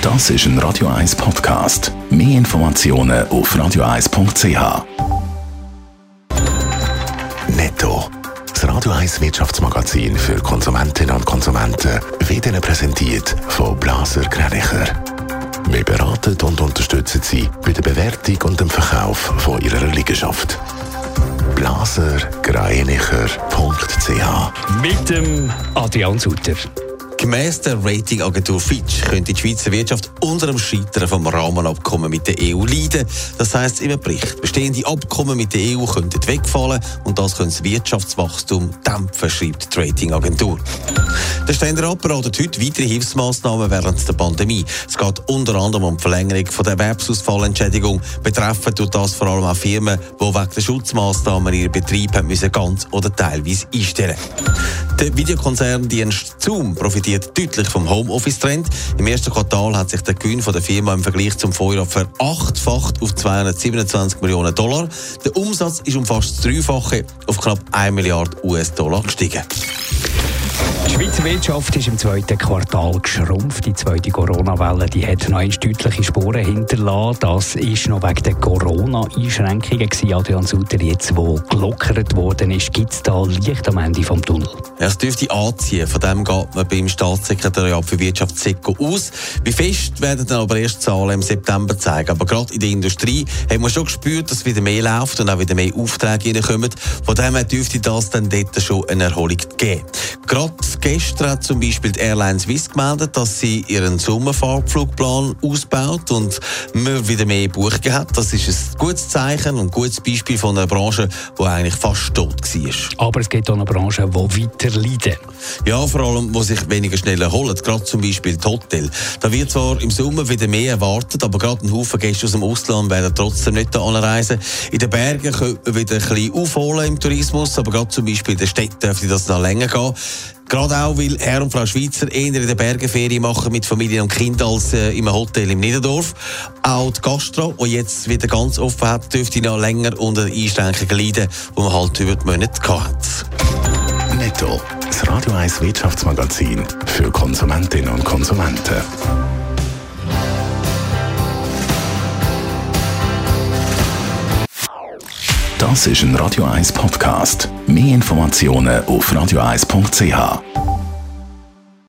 Das ist ein Radio 1 Podcast. Mehr Informationen auf radio1.ch. Netto, das Radio 1 Wirtschaftsmagazin für Konsumentinnen und Konsumenten, wird Ihnen präsentiert von Blaser Greinicher. Wir beraten und unterstützen Sie bei der Bewertung und dem Verkauf von Ihrer Liegenschaft. blasergreinicher.ch. Mit dem Adrian Sutter. Gemäss der Ratingagentur Fitch könnte die Schweizer Wirtschaft unter dem Scheitern vom Rahmenabkommen mit der EU leiden. Das heisst im Bericht, bestehende Abkommen mit der EU könnten wegfallen und das könnte das Wirtschaftswachstum dämpfen, schreibt die Ratingagentur. Der Ständerat beratet heute weitere Hilfsmaßnahmen während der Pandemie. Es geht unter anderem um die Verlängerung von der Erwerbsausfallentschädigung, betreffend durch das vor allem auch Firmen, die wegen der Schutzmaßnahmen ihren Betrieb haben müssen ganz oder teilweise einstellen. Der Videokonzerndienst Zoom profitiert deutlich vom Homeoffice-Trend. Im ersten Quartal hat sich der Gewinn der Firma im Vergleich zum Vorjahr verachtfacht auf $227 Millionen. Der Umsatz ist um fast das Dreifache auf knapp 1 Milliarde US-Dollar gestiegen. Die Schweizer Wirtschaft ist im zweiten Quartal geschrumpft. Die zweite Corona-Welle die hat noch deutliche Spuren hinterlassen. Das war noch wegen der Corona-Einschränkungen, Adrian Sutter, jetzt wo gelockert worden ist. Gibt es da Licht am Ende vom Tunnel? Ja, es dürfte anziehen. Von dem geht man beim Staatssekretariat für Wirtschaft SECO aus. Wie fest werden dann aber erst Zahlen im September zeigen. Aber gerade in der Industrie haben wir schon gespürt, dass wieder mehr läuft und auch wieder mehr Aufträge reinkommen. Von dem her dürfte das dann dort schon eine Erholung geben. Gerade gestern hat zum Beispiel die Airline Swiss gemeldet, dass sie ihren Sommerfahrtflugplan ausbaut und man wieder mehr Buchungen hat. Das ist ein gutes Zeichen und ein gutes Beispiel von einer Branche, die eigentlich fast tot war. Aber es gibt auch eine Branche, die weiter leiden. Ja, vor allem, die sich weniger schnell erholen. Gerade zum Beispiel die Hotel. Da wird zwar im Sommer wieder mehr erwartet, aber gerade ein Haufen Gäste aus dem Ausland werden trotzdem nicht da anreisen. In den Bergen können wir wieder ein bisschen aufholen im Tourismus, aber gerade zum Beispiel in den Städten dürfte das noch länger gehen. Gerade auch, weil Herr und Frau Schweizer eher in den Bergen Ferien machen mit Familie und Kind als im Hotel im Niederdorf. Auch die Gastro, die jetzt wieder ganz offen hat, dürfte noch länger unter Einschränkungen leiden, die man halt über die Monate hat. Netto, das Radio 1 Wirtschaftsmagazin für Konsumentinnen und Konsumenten. Das ist ein Radio 1 Podcast. Mehr Informationen auf radio1.ch.